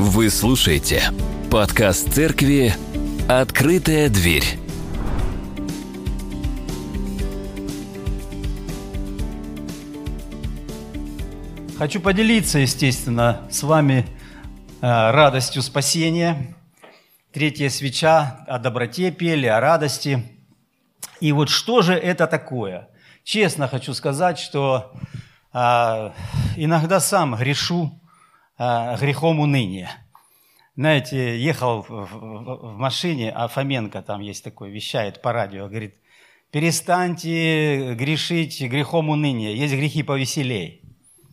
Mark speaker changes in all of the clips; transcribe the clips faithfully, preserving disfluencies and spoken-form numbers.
Speaker 1: Вы слушаете подкаст церкви «Открытая дверь».
Speaker 2: Хочу поделиться, естественно, с вами э, радостью спасения. Третья свеча о доброте пели, о радости. И вот что же это такое? Честно хочу сказать, что э, иногда сам грешу э, грехом уныния. Знаете, ехал в, в, в машине, а Фоменко там есть такой, вещает по радио, говорит: перестаньте грешить грехом уныния, есть грехи повеселей.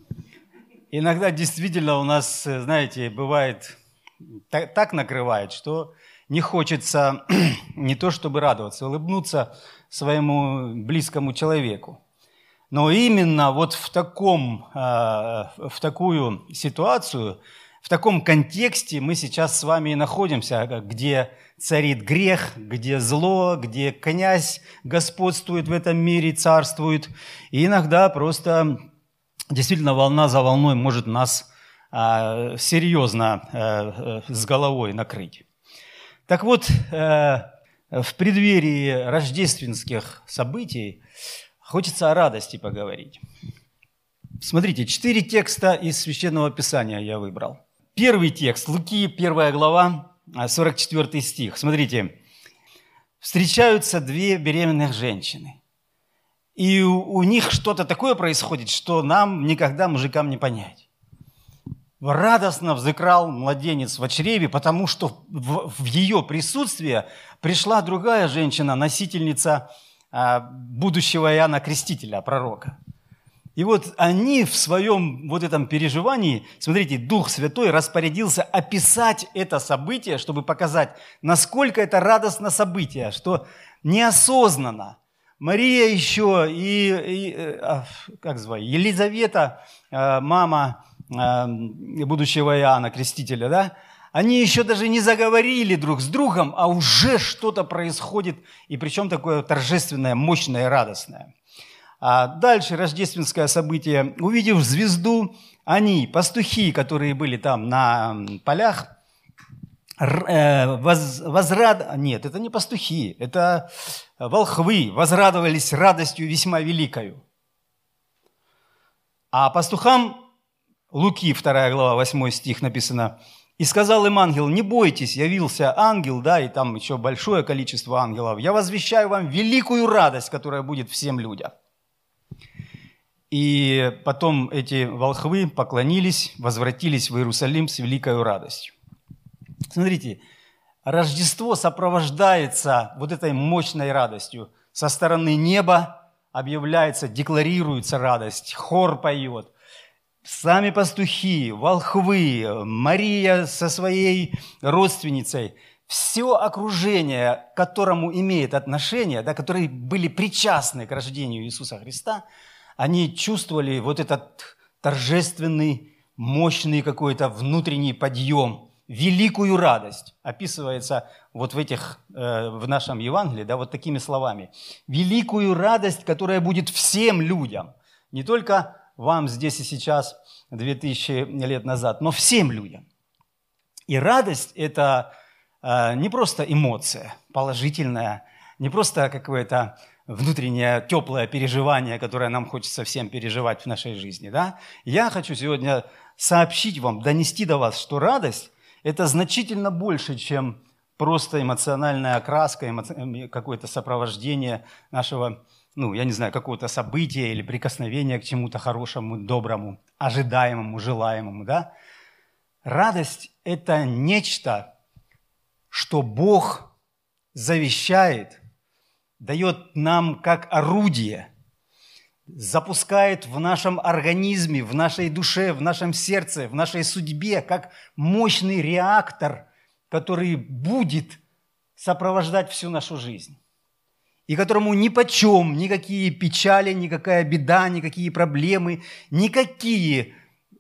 Speaker 2: Иногда действительно у нас, знаете, бывает, так, так накрывает, что не хочется не то чтобы радоваться, улыбнуться своему близкому человеку. Но именно вот в, таком, в такую ситуацию, в таком контексте мы сейчас с вами и находимся, где царит грех, где зло, где князь господствует в этом мире, царствует. И иногда просто действительно волна за волной может нас а, серьезно а, с головой накрыть. Так вот, а, в преддверии рождественских событий хочется о радости поговорить. Смотрите, четыре текста из Священного Писания я выбрал. Первый текст, Луки, первая глава, сорок четвёртый стих. Смотрите, встречаются две беременных женщины. И у, у них что-то такое происходит, что нам никогда, мужикам, не понять. Радостно взыграл младенец в чреве, потому что в, в ее присутствии пришла другая женщина, носительница а, будущего Иоанна Крестителя, пророка. И вот они в своем вот этом переживании, смотрите, Дух Святой распорядился описать это событие, чтобы показать, насколько это радостное событие, что неосознанно Мария еще и, и как звать, Елизавета, мама будущего Иоанна Крестителя, да, они еще даже не заговорили друг с другом, а уже что-то происходит, и причем такое торжественное, мощное и радостное. А дальше рождественское событие. Увидев звезду, они, пастухи, которые были там на полях, Воз, возрад... Нет, это не пастухи, это волхвы возрадовались радостью весьма великою. А пастухам, Луки, вторая глава, восьмой стих написано: «И сказал им ангел: не бойтесь, явился ангел», да, и там еще большое количество ангелов, «я возвещаю вам великую радость, которая будет всем людям». И потом эти волхвы поклонились, возвратились в Иерусалим с великой радостью. Смотрите, Рождество сопровождается вот этой мощной радостью. Со стороны неба объявляется, декларируется радость, хор поет. Сами пастухи, волхвы, Мария со своей родственницей, все окружение, к которому имеет отношение, да, которые были причастны к рождению Иисуса Христа, они чувствовали вот этот торжественный, мощный какой-то внутренний подъем, великую радость. Описывается вот в этих, э, в нашем Евангелии, да, вот такими словами. Великую радость, которая будет всем людям. Не только вам здесь и сейчас, две тысячи лет назад, но всем людям. И радость – это э, не просто эмоция положительная, не просто какое-то внутреннее теплое переживание, которое нам хочется всем переживать в нашей жизни. Да? Я хочу сегодня сообщить вам, донести до вас, что радость – это значительно больше, чем просто эмоциональная окраска, эмо... какое-то сопровождение нашего, ну, я не знаю, какого-то события или прикосновения к чему-то хорошему, доброму, ожидаемому, желаемому. Да? Радость – это нечто, что Бог завещает, дает нам как орудие, запускает в нашем организме, в нашей душе, в нашем сердце, в нашей судьбе, как мощный реактор, который будет сопровождать всю нашу жизнь. И которому нипочем никакие печали, никакая беда, никакие проблемы, никакие,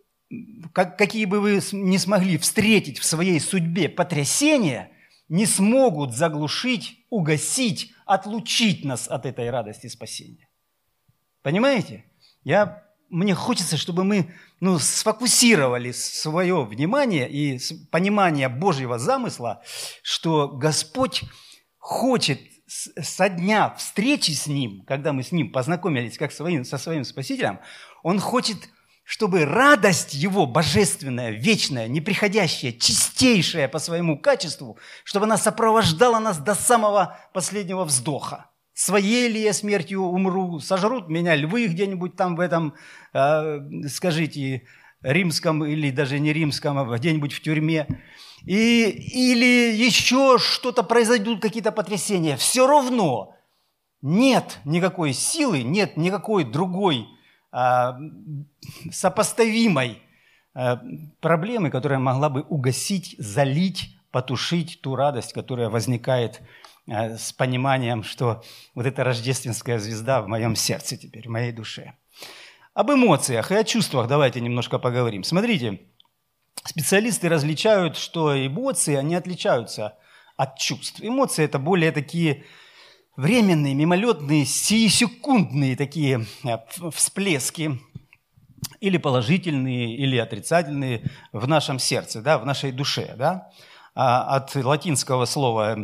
Speaker 2: как, какие бы вы ни смогли встретить в своей судьбе потрясения, не смогут заглушить, угасить, отлучить нас от этой радости спасения. Понимаете? Я, мне хочется, чтобы мы ну, сфокусировали свое внимание и понимание Божьего замысла, что Господь хочет со дня встречи с Ним, когда мы с Ним познакомились как своим, со своим Спасителем, Он хочет, чтобы радость Его божественная, вечная, неприходящая, чистейшая по своему качеству, чтобы она сопровождала нас до самого последнего вздоха. Своей ли я смертью умру, сожрут меня львы где-нибудь там в этом, э, скажите, римском или даже не римском, а где-нибудь в тюрьме, и, или еще что-то произойдут, какие-то потрясения. Все равно нет никакой силы, нет никакой другой э, сопоставимой э, проблемы, которая могла бы угасить, залить, потушить ту радость, которая возникает с пониманием, что вот эта рождественская звезда в моем сердце теперь, в моей душе. Об эмоциях и о чувствах давайте немножко поговорим. Смотрите, специалисты различают, что эмоции, они отличаются от чувств. Эмоции – это более такие временные, мимолетные, сиюсекундные такие всплески, или положительные, или отрицательные в нашем сердце, да, в нашей душе. Да? От латинского слова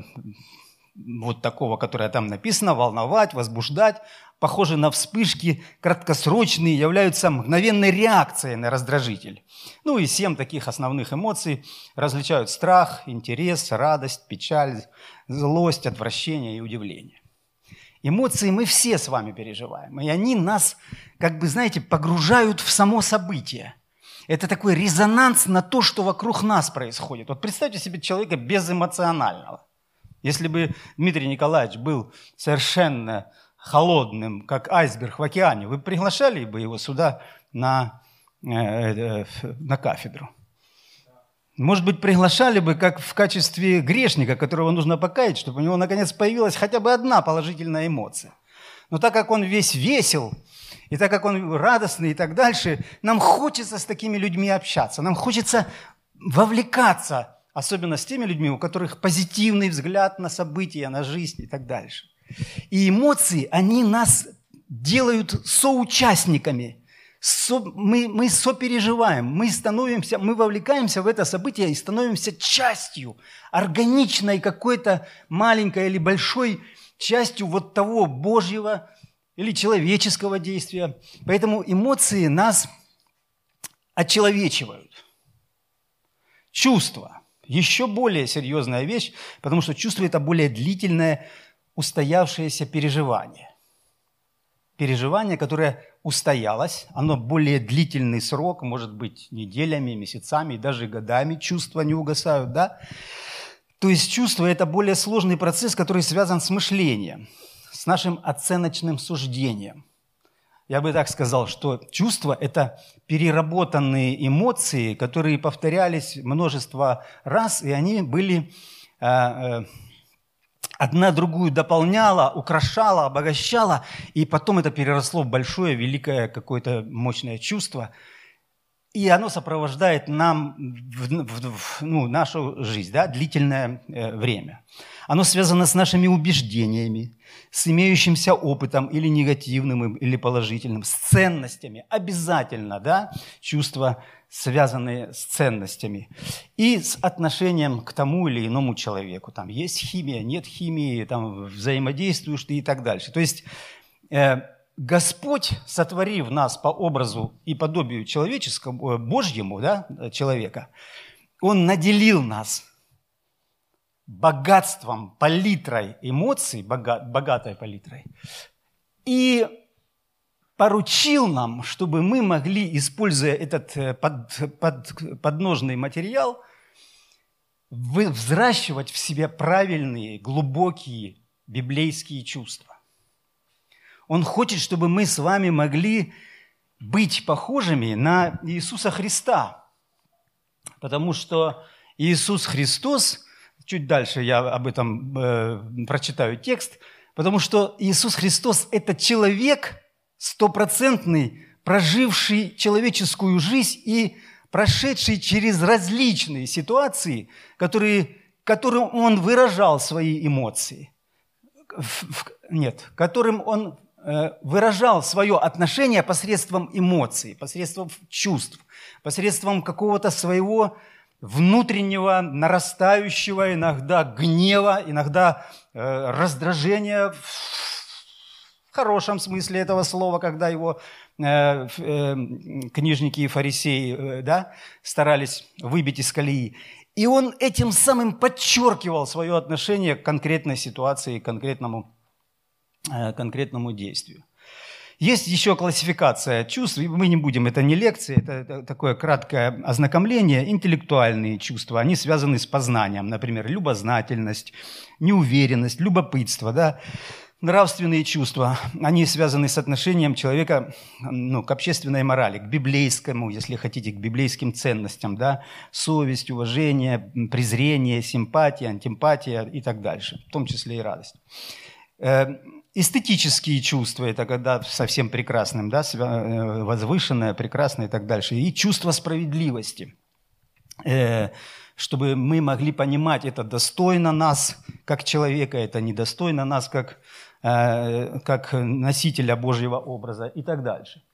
Speaker 2: вот такого, которое там написано, волновать, возбуждать, похожи на вспышки, краткосрочные, являются мгновенной реакцией на раздражитель. Ну и семь таких основных эмоций различают страх, интерес, радость, печаль, злость, отвращение и удивление. Эмоции мы все с вами переживаем, и они нас, как бы, знаете, погружают в само событие. Это такой резонанс на то, что вокруг нас происходит. Вот представьте себе человека безэмоционального. Если бы Дмитрий Николаевич был совершенно холодным, как айсберг в океане, вы приглашали бы его сюда на, э, э, на кафедру? Может быть, приглашали бы как в качестве грешника, которого нужно покаять, чтобы у него наконец появилась хотя бы одна положительная эмоция. Но так как он весь весел, и так как он радостный и так дальше, нам хочется с такими людьми общаться, нам хочется вовлекаться, особенно с теми людьми, у которых позитивный взгляд на события, на жизнь и так дальше. И эмоции, они нас делают соучастниками. Со, мы, мы сопереживаем, мы становимся, мы вовлекаемся в это событие и становимся частью, органичной какой-то маленькой или большой частью вот того Божьего или человеческого действия. Поэтому эмоции нас очеловечивают. Чувства. Еще более серьезная вещь, потому что чувство – это более длительное, устоявшееся переживание. Переживание, которое устоялось, оно более длительный срок, может быть, неделями, месяцами, даже годами чувства не угасают, да? То есть чувство – это более сложный процесс, который связан с мышлением, с нашим оценочным суждением. Я бы так сказал, что чувства – это переработанные эмоции, которые повторялись множество раз, и они были, э, э, одна другую дополняла, украшала, обогащала, и потом это переросло в большое, великое какое-то мощное чувство, и оно сопровождает нам в, в, в, ну, нашу жизнь, да, длительное э, время. Оно связано с нашими убеждениями, с имеющимся опытом или негативным, или положительным, с ценностями. Обязательно, да, чувства, связанные с ценностями. И с отношением к тому или иному человеку. Там есть химия, нет химии, там взаимодействуешь ты и так дальше. То есть э, Господь, сотворив нас по образу и подобию человеческому, Божьему, да, человека, Он наделил нас богатством, палитрой эмоций, богат, богатой палитрой, и поручил нам, чтобы мы могли, используя этот под, под, подножный материал, взращивать в себе правильные, глубокие библейские чувства. Он хочет, чтобы мы с вами могли быть похожими на Иисуса Христа, потому что Иисус Христос, чуть дальше я об этом э, прочитаю текст, потому что Иисус Христос – это человек стопроцентный, проживший человеческую жизнь и прошедший через различные ситуации, которые, которым Он выражал свои эмоции. Нет, которым Он выражал свое отношение посредством эмоций, посредством чувств, посредством какого-то своего внутреннего, нарастающего иногда гнева, иногда э, раздражения в хорошем смысле этого слова, когда его э, э, книжники и фарисеи э, да, старались выбить из колеи. И он этим самым подчеркивал свое отношение к конкретной ситуации, к конкретному, э, конкретному действию. Есть еще классификация чувств, мы не будем, это не лекция, это такое краткое ознакомление. Интеллектуальные чувства, они связаны с познанием, например, любознательность, неуверенность, любопытство, да? Нравственные чувства, они связаны с отношением человека ну, к общественной морали, к библейскому, если хотите, к библейским ценностям, да? Совесть, уважение, презрение, симпатия, антипатия и так дальше, в том числе и радость. Эстетические чувства – это когда совсем прекрасным, да, возвышенное, прекрасное и так дальше. И чувство справедливости, чтобы мы могли понимать, это достойно нас как человека, это недостойно нас как, как носителя Божьего образа и так дальше.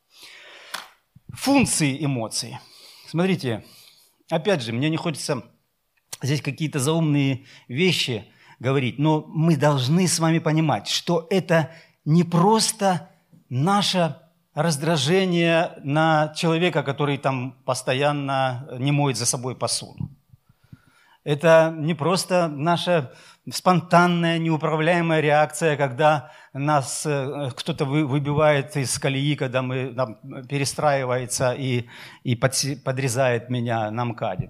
Speaker 2: Функции эмоций. Смотрите, опять же, мне не хочется здесь какие-то заумные вещи говорить, но мы должны с вами понимать, что это не просто наше раздражение на человека, который там постоянно не моет за собой посуду. Это не просто наша спонтанная, неуправляемая реакция, когда нас кто-то выбивает из колеи, когда мы там, перестраивается и, и подрезает меня на МКАДе,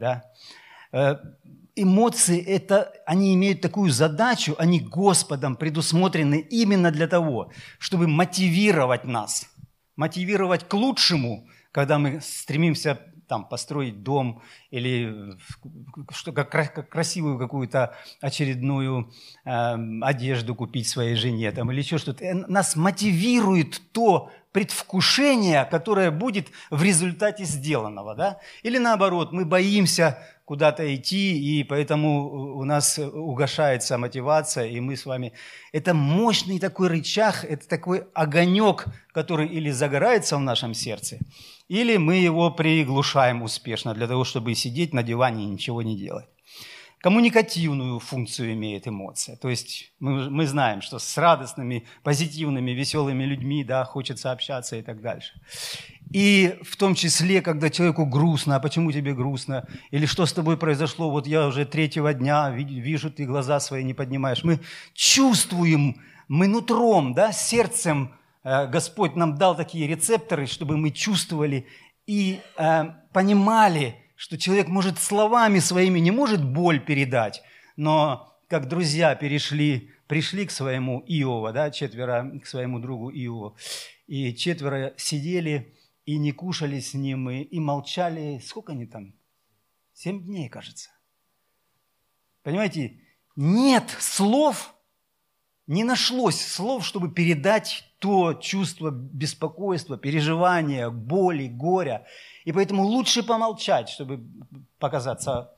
Speaker 2: да? Эмоции, это, они имеют такую задачу, они Господом предусмотрены именно для того, чтобы мотивировать нас, мотивировать к лучшему, когда мы стремимся там, построить дом или что, как, как красивую какую-то очередную э, одежду купить своей жене там, или еще что-то. Нас мотивирует то предвкушение, которое будет в результате сделанного. Да? Или наоборот, мы боимся куда-то идти, и поэтому у нас угошается мотивация, и мы с вами... Это мощный такой рычаг, это такой огонек, который или загорается в нашем сердце, или мы его приглушаем успешно для того, чтобы сидеть на диване и ничего не делать. Коммуникативную функцию имеет эмоция. То есть мы, мы знаем, что с радостными, позитивными, веселыми людьми да, хочется общаться и так дальше. И в том числе, когда человеку грустно, а почему тебе грустно? Или что с тобой произошло? Вот я уже третьего дня вижу, ты глаза свои не поднимаешь. Мы чувствуем, мы нутром, да, сердцем. Господь нам дал такие рецепторы, чтобы мы чувствовали и э, понимали, что человек может словами своими, не может боль передать, но как друзья перешли, пришли к своему Иова, да, четверо к своему другу Иову, и четверо сидели и не кушали с ним, и, и молчали, сколько они там? Семь дней, кажется. Понимаете, нет слов, не нашлось слов, чтобы передать то чувство беспокойства, переживания, боли, горя. И поэтому лучше помолчать, чтобы показаться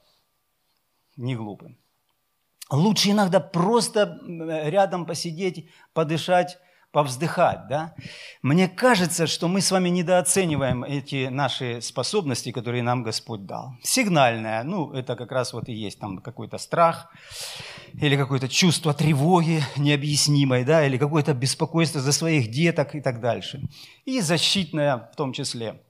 Speaker 2: не глупым. Лучше иногда просто рядом посидеть, подышать, повздыхать. Да? Мне кажется, что мы с вами недооцениваем эти наши способности, которые нам Господь дал. Сигнальное, ну, это как раз вот и есть там какой-то страх, или какое-то чувство тревоги необъяснимой, да, или какое-то беспокойство за своих деток и так дальше. И защитное в том числе.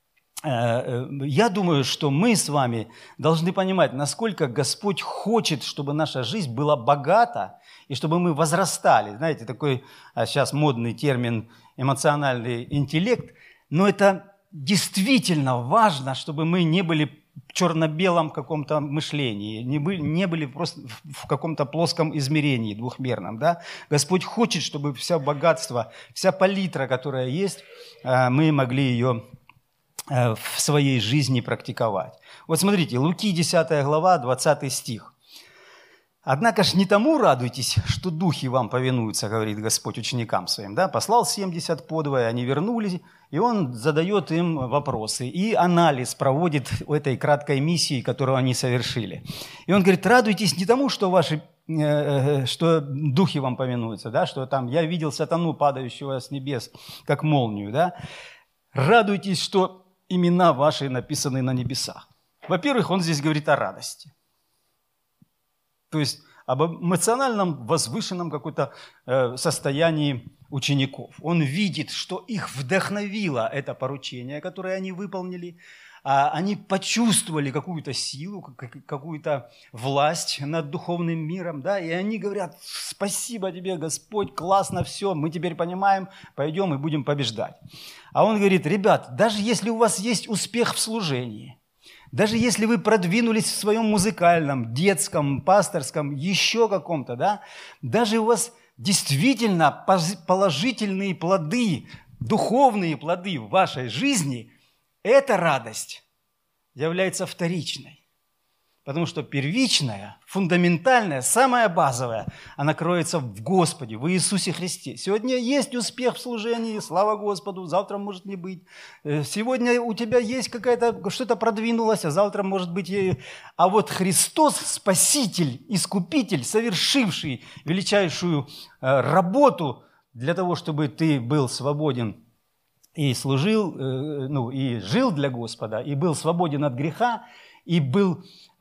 Speaker 2: Я думаю, что мы с вами должны понимать, насколько Господь хочет, чтобы наша жизнь была богата, и чтобы мы возрастали. Знаете, такой сейчас модный термин эмоциональный интеллект, но это действительно важно, чтобы мы не были в черно-белом каком-то мышлении, не были, не были просто в каком-то плоском измерении двухмерном. Да? Господь хочет, чтобы все богатство, вся палитра, которая есть, мы могли ее в своей жизни практиковать. Вот смотрите, Луки десятая глава, двадцатый стих. «Однако ж не тому радуйтесь, что духи вам повинуются, говорит Господь ученикам своим». Да? Послал семьдесят подвое, они вернулись, и Он задает им вопросы. И анализ проводит этой краткой миссии, которую они совершили. И Он говорит, радуйтесь не тому, что ваши что духи вам повинуются, да, что там я видел сатану, падающего с небес, как молнию, да. Радуйтесь, что имена ваши написаны на небесах. Во-первых, он здесь говорит о радости. То есть об эмоциональном, возвышенном каком-то состоянии учеников. Он видит, что их вдохновило это поручение, которое они выполнили. Они почувствовали какую-то силу, какую-то власть над духовным миром, да, и они говорят: спасибо тебе, Господь, классно все, мы теперь понимаем, пойдем и будем побеждать. А он говорит: ребят, даже если у вас есть успех в служении, даже если вы продвинулись в своем музыкальном, детском, пасторском, еще каком-то, да, даже у вас действительно положительные плоды, духовные плоды в вашей жизни, эта радость является вторичной, потому что первичная, фундаментальная, самая базовая, она кроется в Господе, в Иисусе Христе. Сегодня есть успех в служении, слава Господу, завтра может не быть. Сегодня у тебя есть какая-то, что-то продвинулось, а завтра может быть и... А вот Христос, Спаситель, Искупитель, совершивший величайшую работу для того, чтобы ты был свободен и служил, ну, и жил для Господа, и был свободен от греха, и был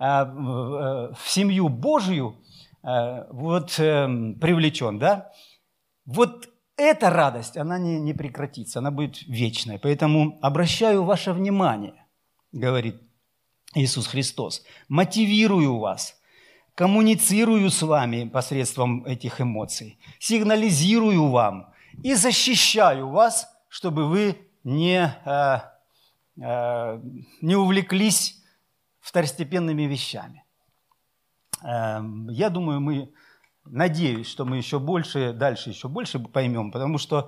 Speaker 2: в семью Божию вот привлечен, да, вот эта радость, она не, не прекратится, она будет вечной. Поэтому обращаю ваше внимание, говорит Иисус Христос, мотивирую вас, коммуницирую с вами посредством этих эмоций, сигнализирую вам и защищаю вас, чтобы вы не, э, э, не увлеклись второстепенными вещами. Э, я думаю, мы, надеюсь, что мы еще больше, дальше еще больше поймем, потому что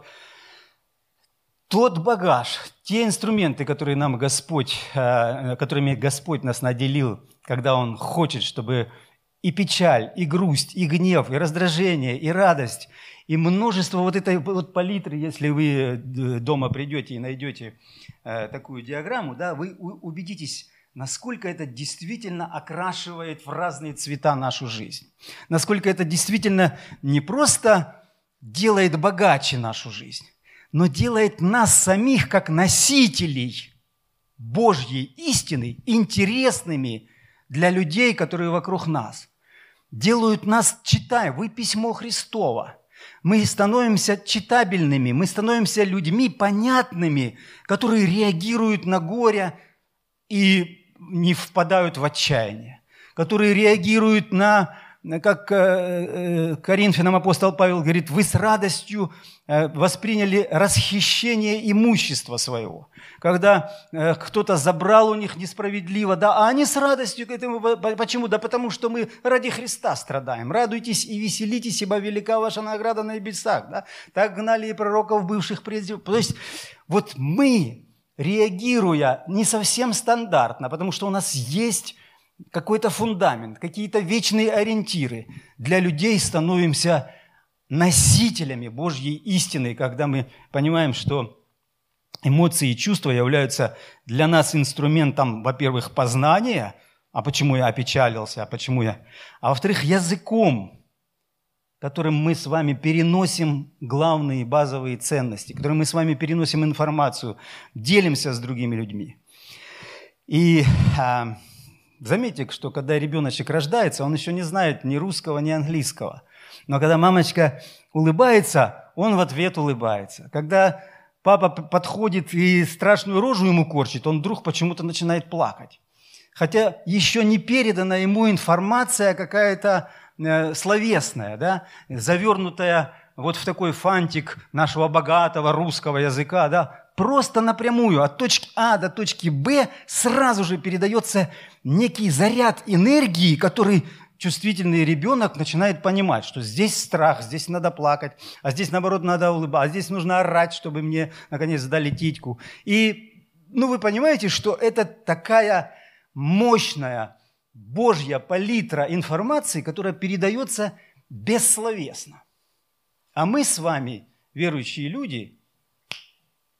Speaker 2: тот багаж, те инструменты, которые нам Господь, э, которыми Господь нас наделил, когда Он хочет, чтобы и печаль, и грусть, и гнев, и раздражение, и радость, и множество вот этой вот палитры, если вы дома придете и найдете э, такую диаграмму, да, вы убедитесь, насколько это действительно окрашивает в разные цвета нашу жизнь. Насколько это действительно не просто делает богаче нашу жизнь, но делает нас самих, как носителей Божьей истины, интересными для людей, которые вокруг нас. Делают нас, читая, вы письмо Христово. Мы становимся читабельными, мы становимся людьми понятными, которые реагируют на горе и не впадают в отчаяние, которые реагируют на, как Коринфянам апостол Павел говорит, вы с радостью восприняли расхищение имущества своего, когда кто-то забрал у них несправедливо, да, а они с радостью к этому. Почему? Да потому что мы ради Христа страдаем. Радуйтесь и веселитесь, ибо велика ваша награда на небесах. Да? Так гнали и пророков бывших прежде. То есть вот мы, реагируя не совсем стандартно, потому что у нас есть какой-то фундамент, какие-то вечные ориентиры, для людей становимся носителями Божьей истины, когда мы понимаем, что эмоции и чувства являются для нас инструментом, во-первых, познания, а почему я опечалился, а почему я... А во-вторых, языком, которым мы с вами переносим главные базовые ценности, которым мы с вами переносим информацию, делимся с другими людьми. И а, заметьте, что когда ребеночек рождается, он еще не знает ни русского, ни английского. Но когда мамочка улыбается, он в ответ улыбается. Когда папа подходит и страшную рожу ему корчит, он вдруг почему-то начинает плакать. Хотя еще не передана ему информация какая-то э, словесная, да, завернутая вот в такой фантик нашего богатого русского языка, да, просто напрямую от точки А до точки Б сразу же передается некий заряд энергии, который чувствительный ребенок начинает понимать, что здесь страх, здесь надо плакать, а здесь, наоборот, надо улыбаться, а здесь нужно орать, чтобы мне, наконец, дали титьку. И, ну, вы понимаете, что это такая мощная Божья палитра информации, которая передается бессловесно. А мы с вами, верующие люди,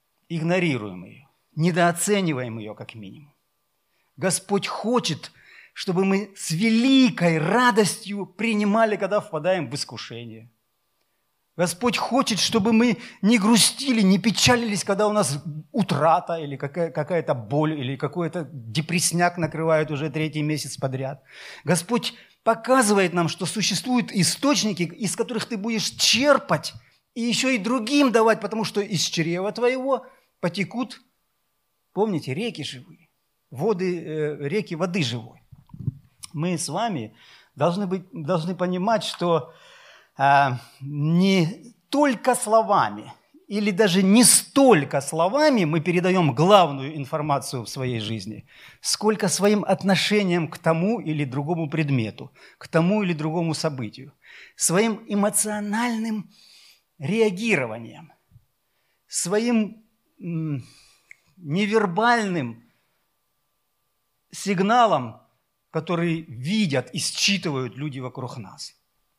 Speaker 2: игнорируем ее, недооцениваем ее как минимум. Господь хочет чтобы мы с великой радостью принимали, когда впадаем в искушение. Господь хочет, чтобы мы не грустили, не печалились, когда у нас утрата или какая-то боль, или какой-то депрессняк накрывает уже третий месяц подряд. Господь показывает нам, что существуют источники, из которых ты будешь черпать и еще и другим давать, потому что из чрева твоего потекут, помните, реки живые, воды, э, реки воды живой. Мы с вами должны, быть, должны понимать, что э, не только словами или даже не столько словами мы передаем главную информацию в своей жизни, сколько своим отношением к тому или другому предмету, к тому или другому событию, своим эмоциональным реагированием, своим м, невербальным сигналом, который видят и считывают люди вокруг нас.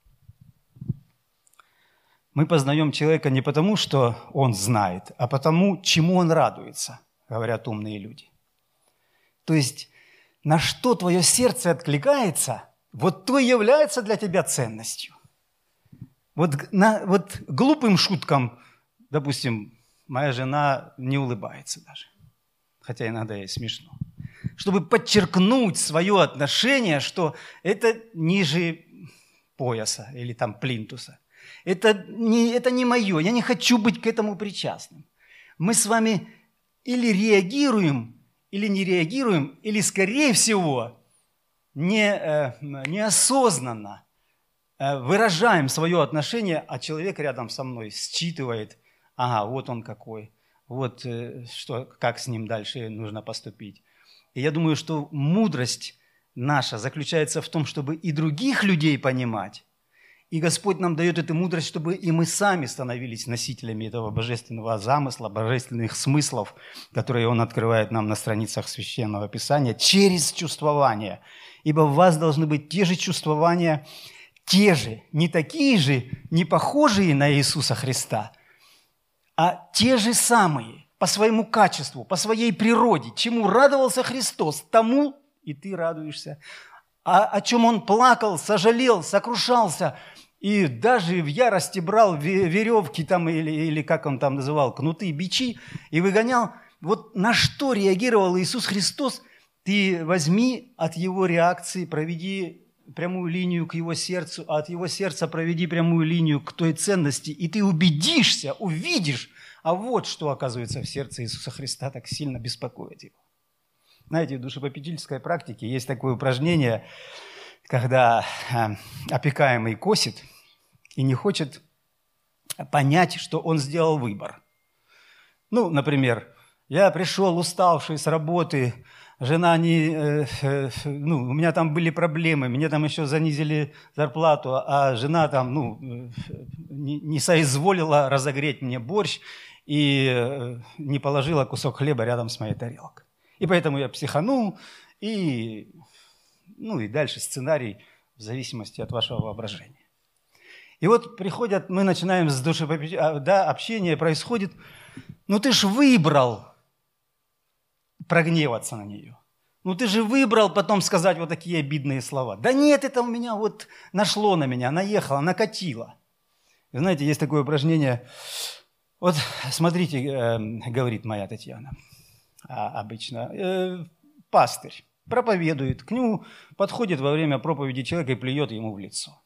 Speaker 2: Мы познаем человека не потому, что он знает, а потому, чему он радуется, говорят умные люди. То есть, на что твое сердце откликается, вот то и является для тебя ценностью. Вот, на, вот глупым шуткам, допустим, моя жена не улыбается даже, хотя иногда ей смешно. Чтобы подчеркнуть свое отношение, что это ниже пояса или там плинтуса. Это не, это не мое, я не хочу быть к этому причастным. Мы с вами или реагируем, или не реагируем, или, скорее всего, не, э, неосознанно э, выражаем свое отношение, а человек рядом со мной считывает, ага, вот он какой, вот э, что, как с ним дальше нужно поступить. И я думаю, что мудрость наша заключается в том, чтобы и других людей понимать, и Господь нам дает эту мудрость, чтобы и мы сами становились носителями этого божественного замысла, божественных смыслов, которые Он открывает нам на страницах Священного Писания через чувствование. Ибо в вас должны быть те же чувствования, те же, не такие же, не похожие на Иисуса Христа, а те же самые, по своему качеству, по своей природе. Чему радовался Христос, тому и ты радуешься. А о чем Он плакал, сожалел, сокрушался, и даже в ярости брал веревки там, или, или как он там называл, кнуты, бичи, и выгонял. Вот на что реагировал Иисус Христос, ты возьми от Его реакции, проведи прямую линию к Его сердцу, а от Его сердца проведи прямую линию к той ценности, и ты убедишься, увидишь, а вот что, оказывается, в сердце Иисуса Христа так сильно беспокоит Его. Знаете, в душепопечительской практике есть такое упражнение, когда опекаемый косит и не хочет понять, что он сделал выбор. Ну, например, я пришел уставший с работы, жена не... Ну, у меня там были проблемы, мне там еще занизили зарплату, а жена там, ну, не, не соизволила разогреть мне борщ и не положила кусок хлеба рядом с моей тарелкой. И поэтому я психанул, и, ну, и дальше сценарий в зависимости от вашего воображения. И вот приходят, мы начинаем с душепопечения, да, общение происходит, ну ты ж выбрал прогневаться на нее. Ну ты же выбрал потом сказать вот такие обидные слова. Да нет, это у меня вот нашло на меня, наехало, накатило. И знаете, есть такое упражнение, вот смотрите, э, говорит моя Татьяна, обычно, э, пастырь проповедует, к нему подходит во время проповеди человек и плюет ему в лицо.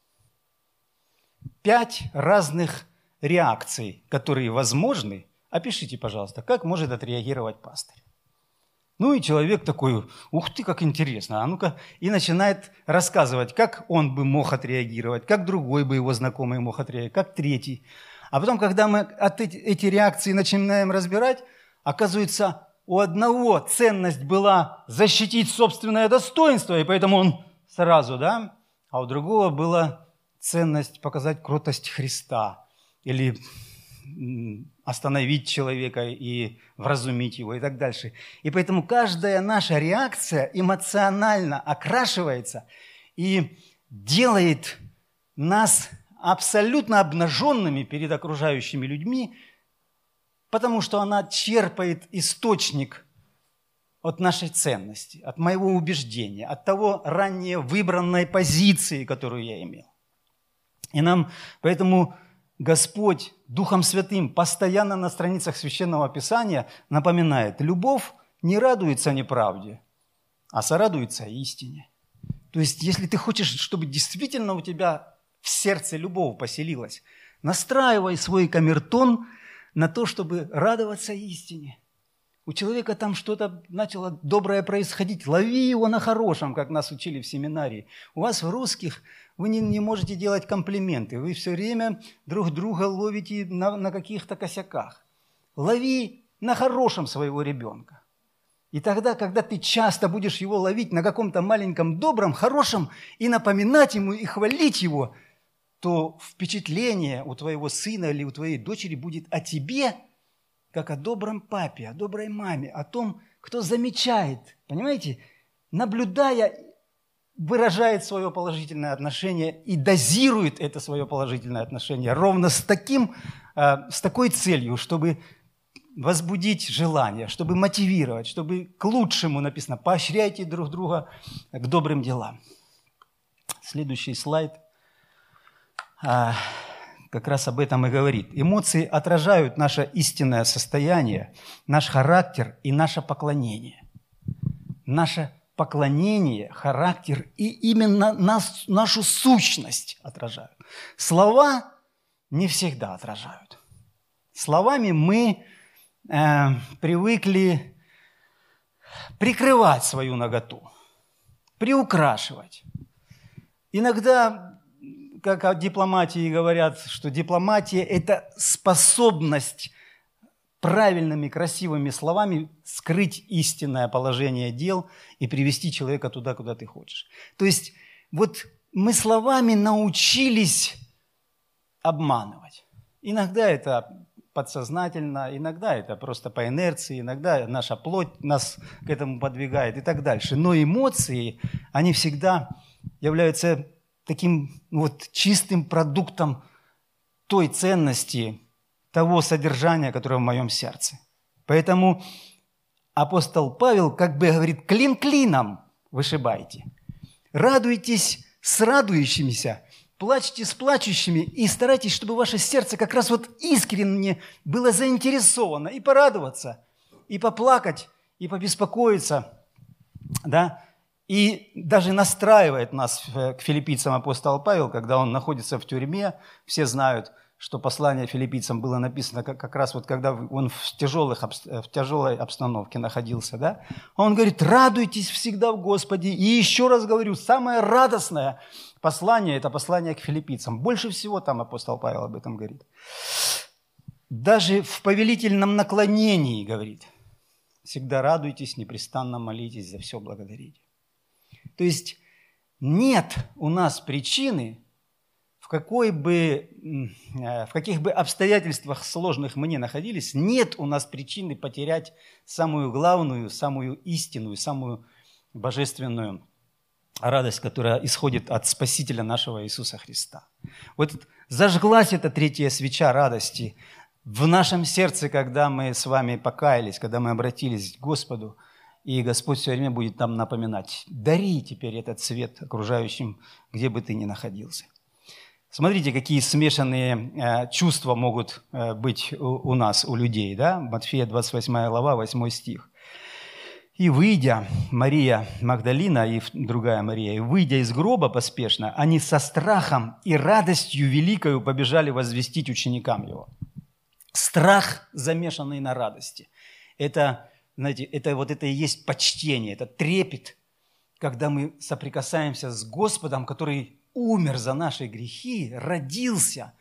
Speaker 2: Пять разных реакций, которые возможны. Опишите, пожалуйста, как может отреагировать пастырь. Ну и человек такой, ух ты, как интересно, а ну-ка, и начинает рассказывать, как он бы мог отреагировать, как другой бы его знакомый мог отреагировать, как третий. А потом, когда мы от эти, эти реакции начинаем разбирать, оказывается, у одного ценность была защитить собственное достоинство, и поэтому он сразу, да, а у другого была ценность показать кротость Христа или остановить человека и вразумить его и так дальше. И поэтому каждая наша реакция эмоционально окрашивается и делает нас абсолютно обнаженными перед окружающими людьми, потому что она черпает источник от нашей ценности, от моего убеждения, от того ранее выбранной позиции, которую я имел. И нам поэтому Господь Духом Святым постоянно на страницах Священного Писания напоминает: любовь не радуется неправде, а сорадуется истине. То есть, если ты хочешь, чтобы действительно у тебя в сердце любовь поселилась, настраивай свой камертон на то, чтобы радоваться истине. У человека там что-то начало доброе происходить. Лови его на хорошем, как нас учили в семинарии. У вас в русских вы не, не можете делать комплименты. Вы все время друг друга ловите на, на каких-то косяках. Лови на хорошем своего ребенка. И тогда, когда ты часто будешь его ловить на каком-то маленьком добром, хорошем, и напоминать ему, и хвалить его, то впечатление у твоего сына или у твоей дочери будет о тебе, как о добром папе, о доброй маме, о том, кто замечает, понимаете, наблюдая, выражает свое положительное отношение и дозирует это свое положительное отношение ровно с, таким, с такой целью, чтобы возбудить желание, чтобы мотивировать, чтобы к лучшему написано. Поощряйте друг друга к добрым делам. Следующий слайд как раз об этом и говорит. Эмоции отражают наше истинное состояние, наш характер и наше поклонение. Наше поклонение, характер и именно нас, нашу сущность отражают. Слова не всегда отражают. Словами мы э, привыкли прикрывать свою наготу, приукрашивать. Иногда, как о дипломатии говорят, что дипломатия – это способность правильными, красивыми словами скрыть истинное положение дел и привести человека туда, куда ты хочешь. То есть вот мы словами научились обманывать. Иногда это подсознательно, иногда это просто по инерции, иногда наша плоть нас к этому подвигает и так дальше. Но эмоции, они всегда являются таким вот чистым продуктом той ценности, того содержания, которое в моем сердце. Поэтому апостол Павел как бы говорит: клин клином вышибайте. Радуйтесь с радующимися, плачьте с плачущими и старайтесь, чтобы ваше сердце как раз вот искренне было заинтересовано и порадоваться, и поплакать, и побеспокоиться, да. И даже настраивает нас к филиппийцам апостол Павел, когда он находится в тюрьме. Все знают, что послание филиппийцам было написано как раз вот когда он в, тяжелых, в тяжелой обстановке находился. Да? Он говорит: радуйтесь всегда в Господе. И еще раз говорю, самое радостное послание – это послание к филиппийцам. Больше всего там апостол Павел об этом говорит. Даже в повелительном наклонении говорит: всегда радуйтесь, непрестанно молитесь, за все благодарите. То есть нет у нас причины, в, какой бы, в каких бы обстоятельствах сложных мы ни находились, нет у нас причины потерять самую главную, самую истинную, самую божественную радость, которая исходит от Спасителя нашего Иисуса Христа. Вот зажглась эта третья свеча радости в нашем сердце, когда мы с вами покаялись, когда мы обратились к Господу. И Господь все время будет нам напоминать: дари теперь этот свет окружающим, где бы ты ни находился. Смотрите, какие смешанные э, чувства могут э, быть у, у нас, у людей. Да? Матфея двадцать восьмая глава, восьмой стих. «И выйдя, Мария Магдалина и другая Мария, и выйдя из гроба поспешно, они со страхом и радостью великою побежали возвестить ученикам его». Страх, замешанный на радости. Это... Знаете, это вот это и есть почтение, это трепет, когда мы соприкасаемся с Господом, который умер за наши грехи, родился,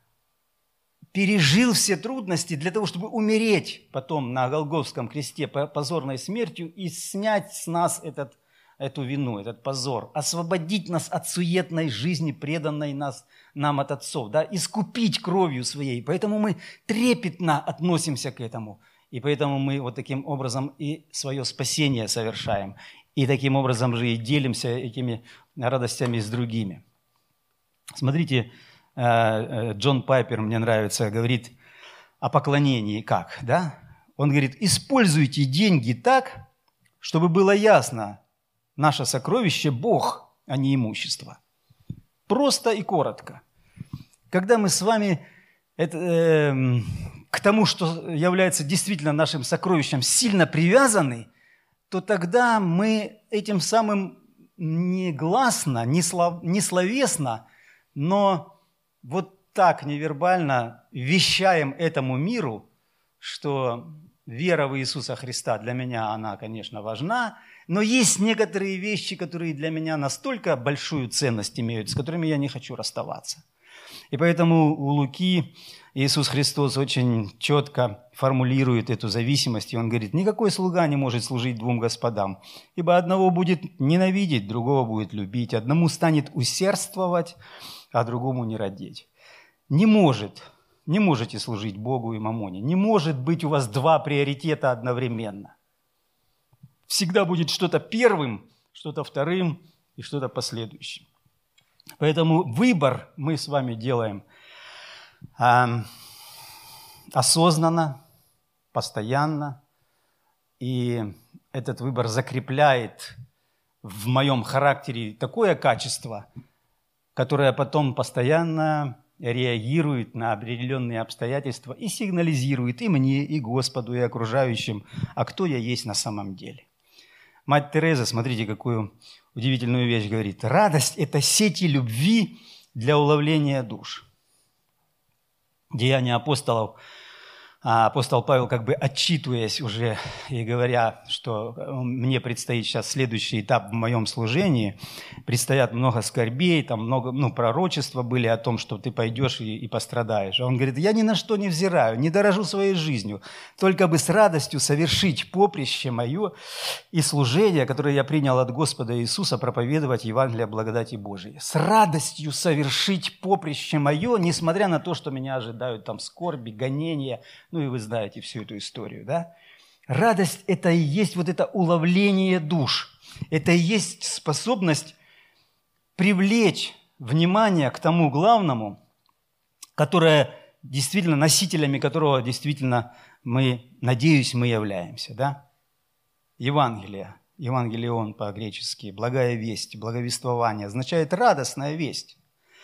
Speaker 2: пережил все трудности для того, чтобы умереть потом на Голгофском кресте позорной смертью и снять с нас этот, эту вину, этот позор, освободить нас от суетной жизни, преданной нас, нам от отцов, да, искупить кровью своей. Поэтому мы трепетно относимся к этому. И поэтому мы вот таким образом и свое спасение совершаем. И таким образом же и делимся этими радостями с другими. Смотрите, Джон Пайпер, мне нравится, говорит о поклонении как, да? Он говорит: используйте деньги так, чтобы было ясно, наше сокровище – Бог, а не имущество. Просто и коротко. Когда мы с вами это, э, к тому, что является действительно нашим сокровищем, сильно привязаны, то тогда мы этим самым не гласно, не, слов, не словесно, но вот так невербально вещаем этому миру, что вера в Иисуса Христа для меня, она, конечно, важна, но есть некоторые вещи, которые для меня настолько большую ценность имеют, с которыми я не хочу расставаться. И поэтому у Луки Иисус Христос очень четко формулирует эту зависимость, и Он говорит, никакой слуга не может служить двум господам, ибо одного будет ненавидеть, другого будет любить, одному станет усердствовать, а другому не родить. Не может, не можете служить Богу и мамоне, не может быть у вас два приоритета одновременно. Всегда будет что-то первым, что-то вторым и что-то последующим. Поэтому выбор мы с вами делаем э, осознанно, постоянно, и этот выбор закрепляет в моем характере такое качество, которое потом постоянно реагирует на определенные обстоятельства и сигнализирует и мне, и Господу, и окружающим, а кто я есть на самом деле. Мать Тереза, смотрите, какую удивительную вещь говорит. Радость – это сети любви для уловления душ. Деяния апостолов. Апостол Павел, как бы отчитываясь уже и говоря, что мне предстоит сейчас следующий этап в моем служении, предстоят много скорбей, там много, ну, пророчества были о том, что ты пойдешь и, и пострадаешь. А он говорит, я ни на что не взираю, не дорожу своей жизнью, только бы с радостью совершить поприще мое и служение, которое я принял от Господа Иисуса, проповедовать Евангелие благодати Божией. С радостью совершить поприще мое, несмотря на то, что меня ожидают там скорби, гонения. Ну и вы знаете всю эту историю, да? Радость – это и есть вот это уловление душ. Это и есть способность привлечь внимание к тому главному, которое действительно, носителями которого действительно мы, надеюсь, мы являемся, да? Евангелие, Евангелион по-гречески, благая весть, благовествование, означает радостная весть.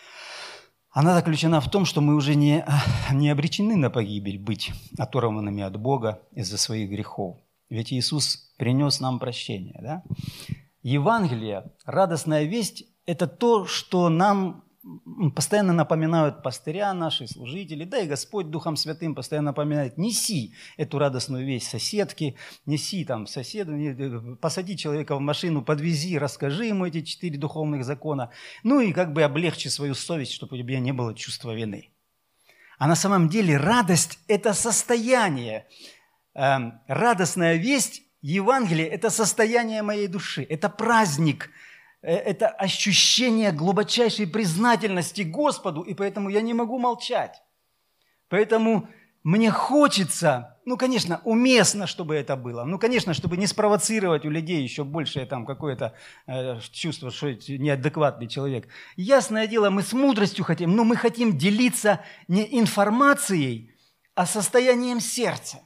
Speaker 2: Она заключена в том, что мы уже не, не обречены на погибель быть оторванными от Бога из-за своих грехов. Ведь Иисус принес нам прощение. Да? Евангелие, радостная весть – это то, что нам постоянно напоминают пастыря наши, служители, да и Господь Духом Святым постоянно напоминает: неси эту радостную весть соседке, неси там соседу, посади человека в машину, подвези, расскажи ему эти четыре духовных закона, ну и как бы облегчи свою совесть, чтобы у тебя не было чувства вины. А на самом деле радость – это состояние, радостная весть, Евангелие – это состояние моей души, это праздник, это ощущение глубочайшей признательности Господу, и поэтому я не могу молчать. Поэтому мне хочется, ну, конечно, уместно, чтобы это было, ну, конечно, чтобы не спровоцировать у людей еще большее там какое-то э, чувство, что это неадекватный человек. Ясное дело, мы с мудростью хотим, но мы хотим делиться не информацией, а состоянием сердца.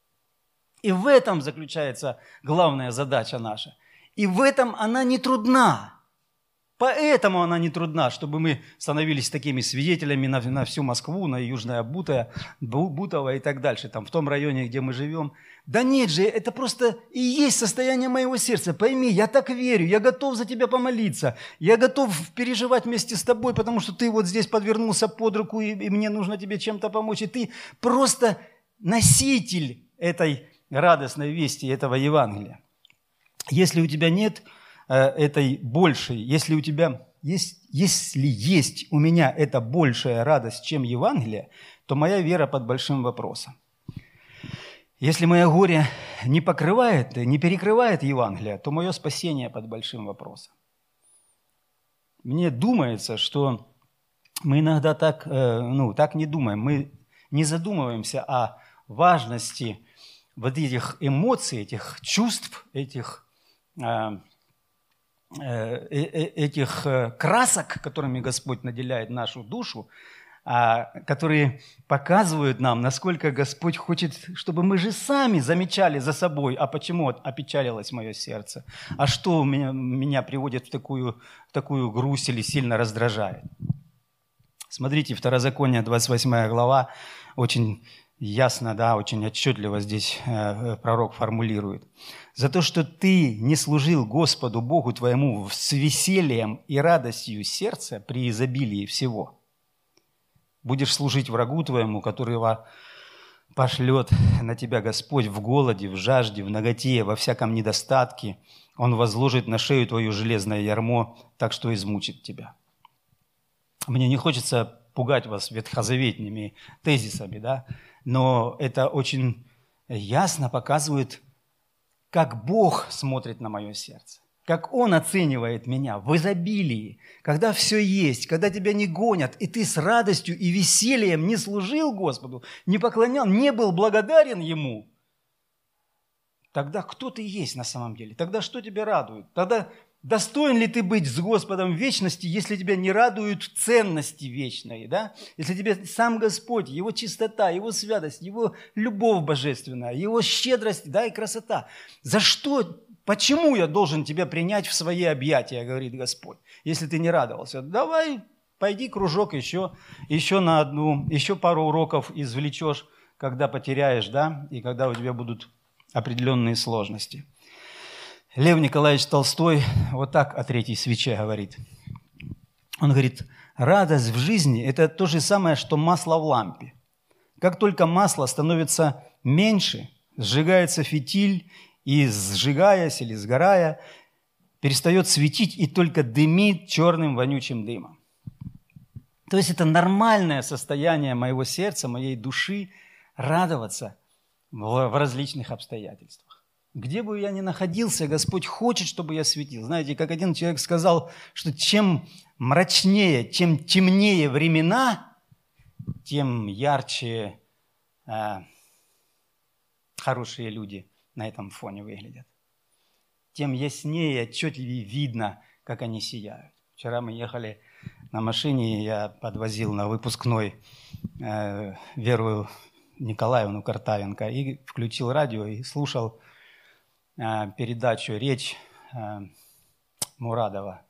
Speaker 2: И в этом заключается главная задача наша. И в этом она не трудна. Поэтому она не трудна, чтобы мы становились такими свидетелями на, на всю Москву, на Южное Бутово, Бутово и так дальше, там, в том районе, где мы живем. Да нет же, это просто и есть состояние моего сердца. Пойми, я так верю, я готов за тебя помолиться, я готов переживать вместе с тобой, потому что ты вот здесь подвернулся под руку, и, и мне нужно тебе чем-то помочь. И ты просто носитель этой радостной вести, этого Евангелия. Если у тебя нет э, этой большей, если у тебя есть, если есть у меня эта большая радость, чем Евангелие, то моя вера под большим вопросом. Если мое горе не покрывает, не перекрывает Евангелие, то мое спасение под большим вопросом. Мне думается, что мы иногда так, э, ну, так не думаем, мы не задумываемся о важности вот этих эмоций, этих чувств, этих этих красок, которыми Господь наделяет нашу душу, которые показывают нам, насколько Господь хочет, чтобы мы же сами замечали за собой, а почему опечалилось мое сердце, а что меня, меня приводит в такую, в такую грусть или сильно раздражает. Смотрите, Второзаконие, двадцать восьмая глава, очень ясно, да, очень отчетливо здесь э, пророк формулирует. «За то, что ты не служил Господу Богу твоему с весельем и радостью сердца при изобилии всего, будешь служить врагу твоему, которого пошлет на тебя Господь в голоде, в жажде, в наготе, во всяком недостатке. Он возложит на шею твою железное ярмо, так что измучит тебя». Мне не хочется пугать вас ветхозаветными тезисами, да, но это очень ясно показывает, как Бог смотрит на мое сердце, как Он оценивает меня в изобилии, когда все есть, когда тебя не гонят, и ты с радостью и весельем не служил Господу, не поклонял, не был благодарен Ему. Тогда кто ты есть на самом деле? Тогда что тебя радует? Тогда достоин ли ты быть с Господом в вечности, если тебя не радуют ценности вечные, да? Если тебя сам Господь, Его чистота, Его святость, Его любовь божественная, Его щедрость, да, и красота. За что, почему я должен тебя принять в свои объятия, говорит Господь, если ты не радовался? Давай, пойди кружок еще, еще на одну, еще пару уроков извлечешь, когда потеряешь, да, и когда у тебя будут определенные сложности. Лев Николаевич Толстой вот так о третьей свече говорит. Он говорит, радость в жизни – это то же самое, что масло в лампе. Как только масло становится меньше, сжигается фитиль, и сжигаясь или сгорая, перестает светить и только дымит черным вонючим дымом. То есть это нормальное состояние моего сердца, моей души радоваться в различных обстоятельствах. Где бы я ни находился, Господь хочет, чтобы я светил. Знаете, как один человек сказал, что чем мрачнее, чем темнее времена, тем ярче э, хорошие люди на этом фоне выглядят. Тем яснее, отчетливее видно, как они сияют. Вчера мы ехали на машине, я подвозил на выпускной э, Веру Николаевну Картавенко и включил радио и слушал передачу, речь Мурадова,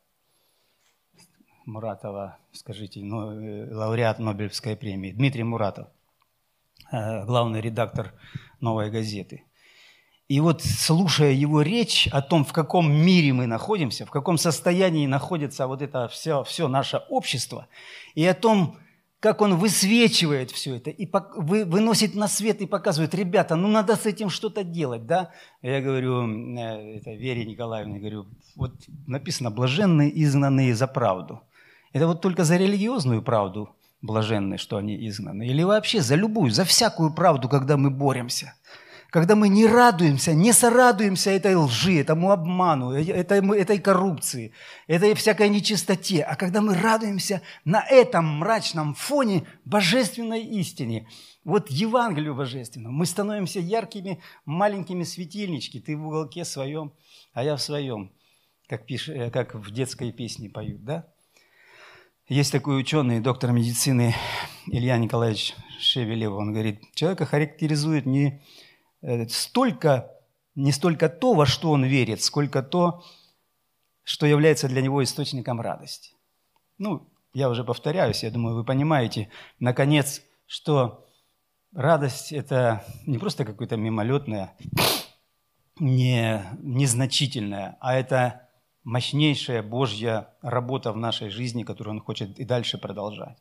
Speaker 2: Муратова, скажите, ну, лауреат Нобелевской премии, Дмитрий Муратов, главный редактор «Новой газеты». И вот, слушая его речь о том, в каком мире мы находимся, в каком состоянии находится вот это все, все наше общество, и о том, как он высвечивает все это и выносит на свет и показывает, ребята, ну надо с этим что-то делать, да? Я говорю, это Вере Николаевне, говорю, вот написано «блаженные, изгнанные за правду». Это вот только за религиозную правду блаженные, что они изгнаны? Или вообще за любую, за всякую правду, когда мы боремся? Когда мы не радуемся, не сорадуемся этой лжи, этому обману, этой, этой коррупции, этой всякой нечистоте, а когда мы радуемся на этом мрачном фоне божественной истине, вот Евангелию божественному, мы становимся яркими маленькими светильнички, ты в уголке своем, а я в своем, как, пиш... как в детской песне поют, да? Есть такой ученый, доктор медицины Илья Николаевич Шевелев, он говорит, человека характеризует не... Столько, не столько то, во что он верит, сколько то, что является для него источником радости. Ну, я уже повторяюсь, я думаю, вы понимаете, наконец, что радость – это не просто какое-то мимолетное, не, незначительное, а это мощнейшая Божья работа в нашей жизни, которую Он хочет и дальше продолжать.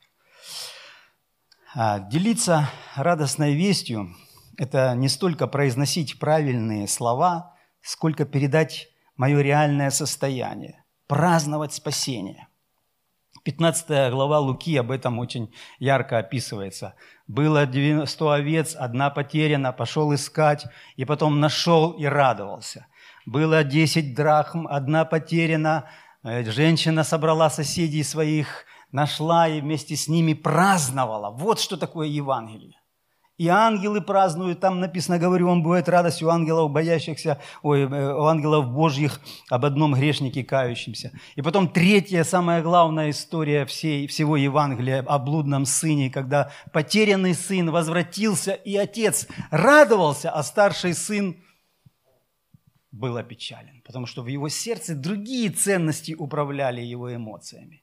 Speaker 2: А делиться радостной вестью – это не столько произносить правильные слова, сколько передать мое реальное состояние, праздновать спасение. пятнадцатая глава Луки об этом очень ярко описывается. Было сто овец, одна потеряна, пошел искать, и потом нашел и радовался. Было десять драхм, одна потеряна, женщина собрала соседей своих, нашла и вместе с ними праздновала. Вот что такое Евангелие. И ангелы празднуют, там написано, говорю, он бывает радостью у ангелов, боящихся, ой, у ангелов Божьих об одном грешнике кающемся. И потом третья, самая главная история всей, всего Евангелия о блудном сыне, когда потерянный сын возвратился, и отец радовался, а старший сын был опечален, потому что в его сердце другие ценности управляли его эмоциями.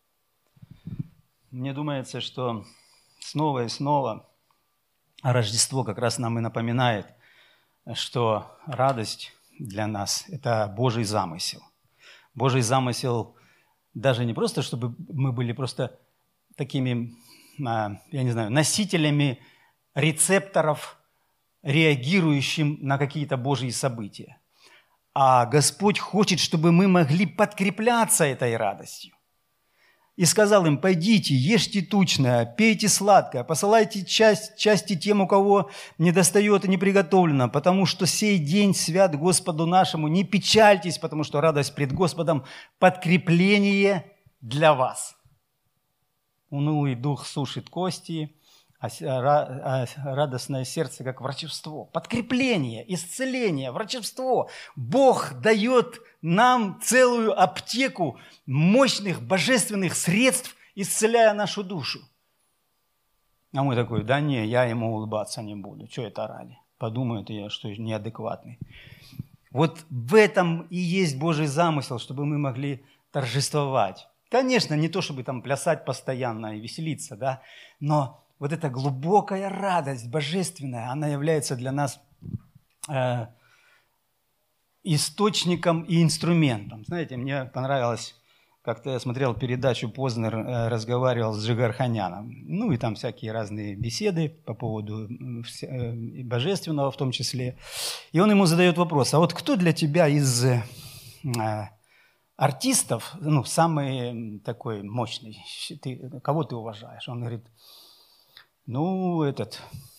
Speaker 2: Мне думается, что снова и снова Рождество как раз нам и напоминает, что радость для нас – это Божий замысел. Божий замысел даже не просто, чтобы мы были просто такими, я не знаю, носителями рецепторов, реагирующим на какие-то Божьи события. А Господь хочет, чтобы мы могли подкрепляться этой радостью. И сказал им: пойдите, ешьте тучное, пейте сладкое, посылайте часть, части тем, у кого недостает и не приготовлено, потому что сей день свят Господу нашему. Не печальтесь, потому что радость пред Господом – подкрепление для вас. Унылый дух сушит кости, а радостное сердце, как врачевство. Подкрепление, исцеление, врачевство. Бог дает нам целую аптеку мощных божественных средств, исцеляя нашу душу. А мы такой: да не, я ему улыбаться не буду. Что это ради? Подумают я, что неадекватный. Вот в этом и есть Божий замысел, чтобы мы могли торжествовать. Конечно, не то, чтобы там плясать постоянно и веселиться, да, но вот эта глубокая радость божественная, она является для нас э, источником и инструментом. Знаете, мне понравилось, как-то я смотрел передачу, Познер э, разговаривал с Джигарханяном, ну и там всякие разные беседы по поводу э, божественного в том числе. И он ему задает вопрос: а вот кто для тебя из э, артистов, ну, самый такой мощный, ты, кого ты уважаешь? Он говорит: ну, этот...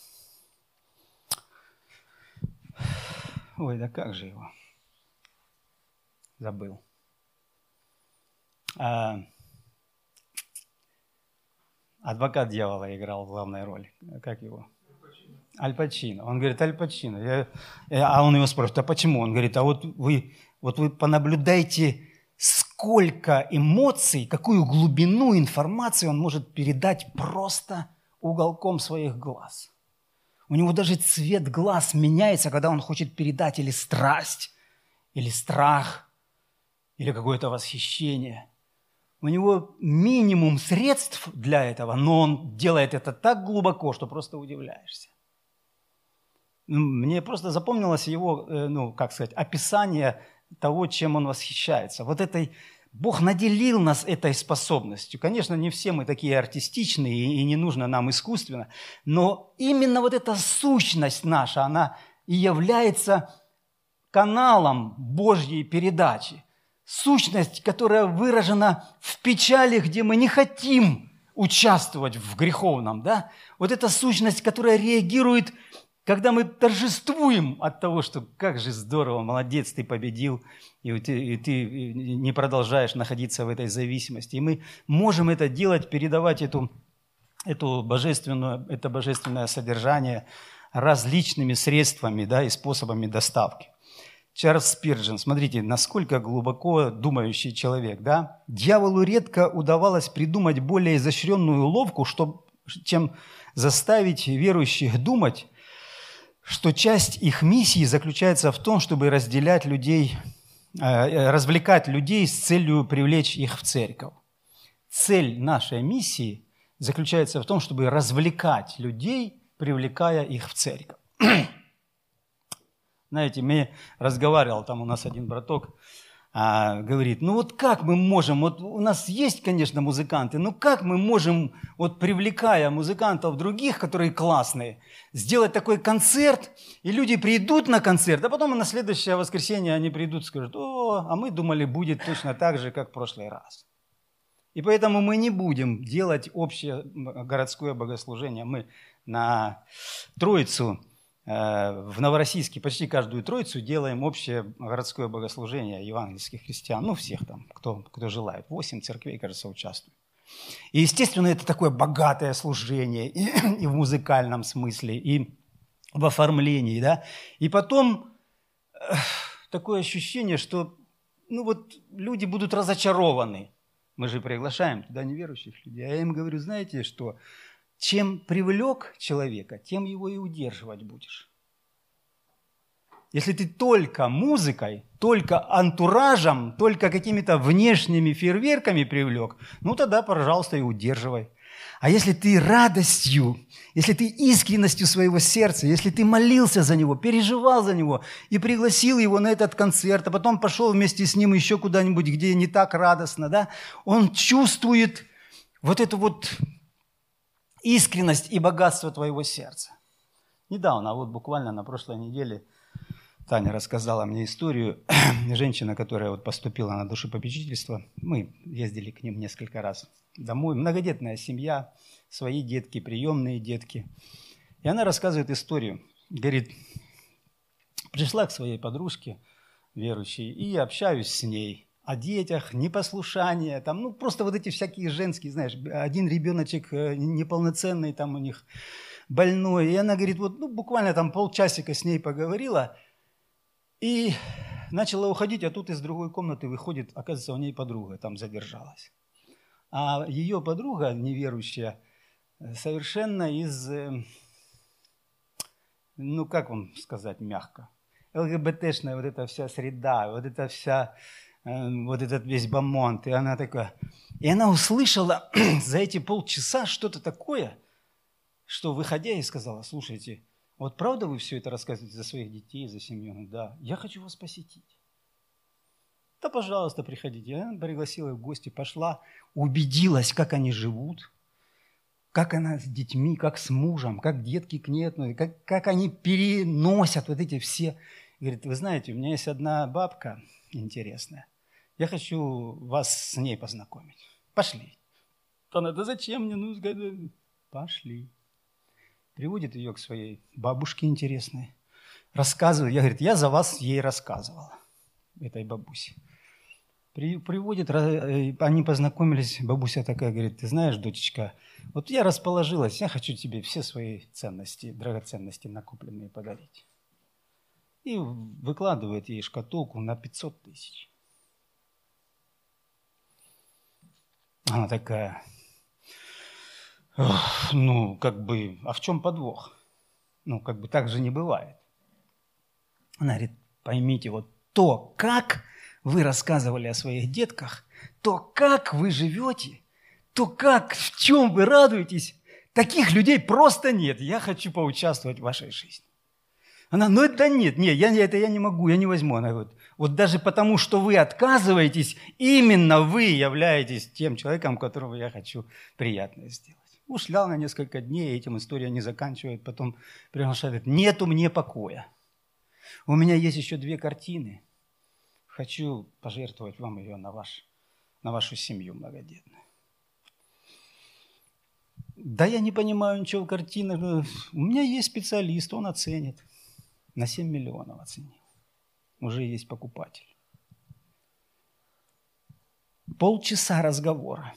Speaker 2: Ой, да как же его? Забыл. А... Адвокат дьявола играл в главной роли. Как его? Аль Пачино. Он говорит: Аль Пачино. Я... А он его спрашивает: а почему? Он говорит: а вот вы, вот вы понаблюдайте, сколько эмоций, какую глубину информации он может передать просто уголком своих глаз. У него даже цвет глаз меняется, когда он хочет передать или страсть, или страх, или какое-то восхищение. У него минимум средств для этого, но он делает это так глубоко, что просто удивляешься. Мне просто запомнилось его, ну, как сказать, описание того, чем он восхищается. Вот этой... Бог наделил нас этой способностью. Конечно, не все мы такие артистичные, и не нужно нам искусственно, но именно вот эта сущность наша, она и является каналом Божьей передачи. Сущность, которая выражена в печали, где мы не хотим участвовать в греховном. Да? Вот эта сущность, которая реагирует, когда мы торжествуем от того, что как же здорово, молодец, ты победил, и ты, и ты не продолжаешь находиться в этой зависимости. И мы можем это делать, передавать эту, эту божественную, это божественное содержание различными средствами, да, и способами доставки. Чарльз Спирджин, смотрите, насколько глубоко думающий человек. Да? Дьяволу редко удавалось придумать более изощренную уловку, чтобы, чем заставить верующих думать, что часть их миссии заключается в том, чтобы разделять людей, развлекать людей с целью привлечь их в церковь. Цель нашей миссии заключается в том, чтобы развлекать людей, привлекая их в церковь. Знаете, мне разговаривал там у нас один браток, а, говорит: ну вот как мы можем, вот у нас есть, конечно, музыканты, но как мы можем, вот привлекая музыкантов других, которые классные, сделать такой концерт, и люди придут на концерт, а потом на следующее воскресенье они придут и скажут: о, а мы думали, будет точно так же, как в прошлый раз. И поэтому мы не будем делать общее городское богослужение. Мы на Троицу, в Новороссийске почти каждую Троицу делаем общее городское богослужение евангельских христиан. Ну, всех там, кто, кто желает. Восемь церквей, кажется, участвуют. И, естественно, это такое богатое служение и, и в музыкальном смысле, и в оформлении, да. И потом э, такое ощущение, что ну вот люди будут разочарованы. Мы же приглашаем туда неверующих людей. А я им говорю, знаете что, чем привлек человека, тем его и удерживать будешь. Если ты только музыкой, только антуражем, только какими-то внешними фейерверками привлек, ну тогда, пожалуйста, и удерживай. А если ты радостью, если ты искренностью своего сердца, если ты молился за него, переживал за него и пригласил его на этот концерт, а потом пошел вместе с ним еще куда-нибудь, где не так радостно, да, он чувствует вот эту вот искренность и богатство твоего сердца. Недавно, вот буквально на прошлой неделе, Таня рассказала мне историю. Женщина, которая вот поступила на душепопечительство, мы ездили к ним несколько раз домой. Многодетная семья, свои детки, приемные детки. И она рассказывает историю. Говорит, пришла к своей подружке верующей и общаюсь с ней о детях, непослушание, там, ну просто вот эти всякие женские, знаешь, один ребеночек неполноценный, там у них больной. И она говорит, вот ну, буквально там полчасика с ней поговорила, и начала уходить, а тут из другой комнаты выходит, оказывается, у нее подруга там задержалась. А ее подруга, неверующая, совершенно из, ну как вам сказать мягко, ЛГБТшная вот эта вся среда, вот эта вся, вот этот весь бомонд. И она такая, и она услышала за эти полчаса что-то такое, что, выходя, ей сказала, слушайте, вот правда вы все это рассказываете за своих детей, за семью? Да, я хочу вас посетить. Да, пожалуйста, приходите. Я пригласила их в гости, пошла, убедилась, как они живут, как она с детьми, как с мужем, как детки к ней относятся, как, как они переносят вот эти все. Говорит, вы знаете, у меня есть одна бабка интересная, я хочу вас с ней познакомить. Пошли. Она, да зачем мне? Ну, пошли. Приводит ее к своей бабушке интересной. Рассказывает. Я, говорит, я за вас ей рассказывала, этой бабусе. При, приводит, они познакомились, бабуся такая, говорит, ты знаешь, дочечка, вот я расположилась, я хочу тебе все свои ценности, драгоценности накопленные подарить. И выкладывает ей шкатулку на пятьсот тысяч. Она такая... Ну, как бы, а в чем подвох? Ну, как бы так же не бывает. Она говорит, поймите, вот то, как вы рассказывали о своих детках, то, как вы живете, то, как, в чем вы радуетесь, таких людей просто нет. Я хочу поучаствовать в вашей жизни. Она, ну это нет, нет, я, это я не могу, я не возьму. Она говорит, вот даже потому, что вы отказываетесь, именно вы являетесь тем человеком, которого я хочу приятное сделать. Ушла на несколько дней, этим история не заканчивает, потом приглашает, нету мне покоя. У меня есть еще две картины, хочу пожертвовать вам ее на, ваш, на вашу семью многодетную. Да я не понимаю ничего в картинах, у меня есть специалист, он оценит. На семь миллионов оценил, уже есть покупатель. Полчаса разговора.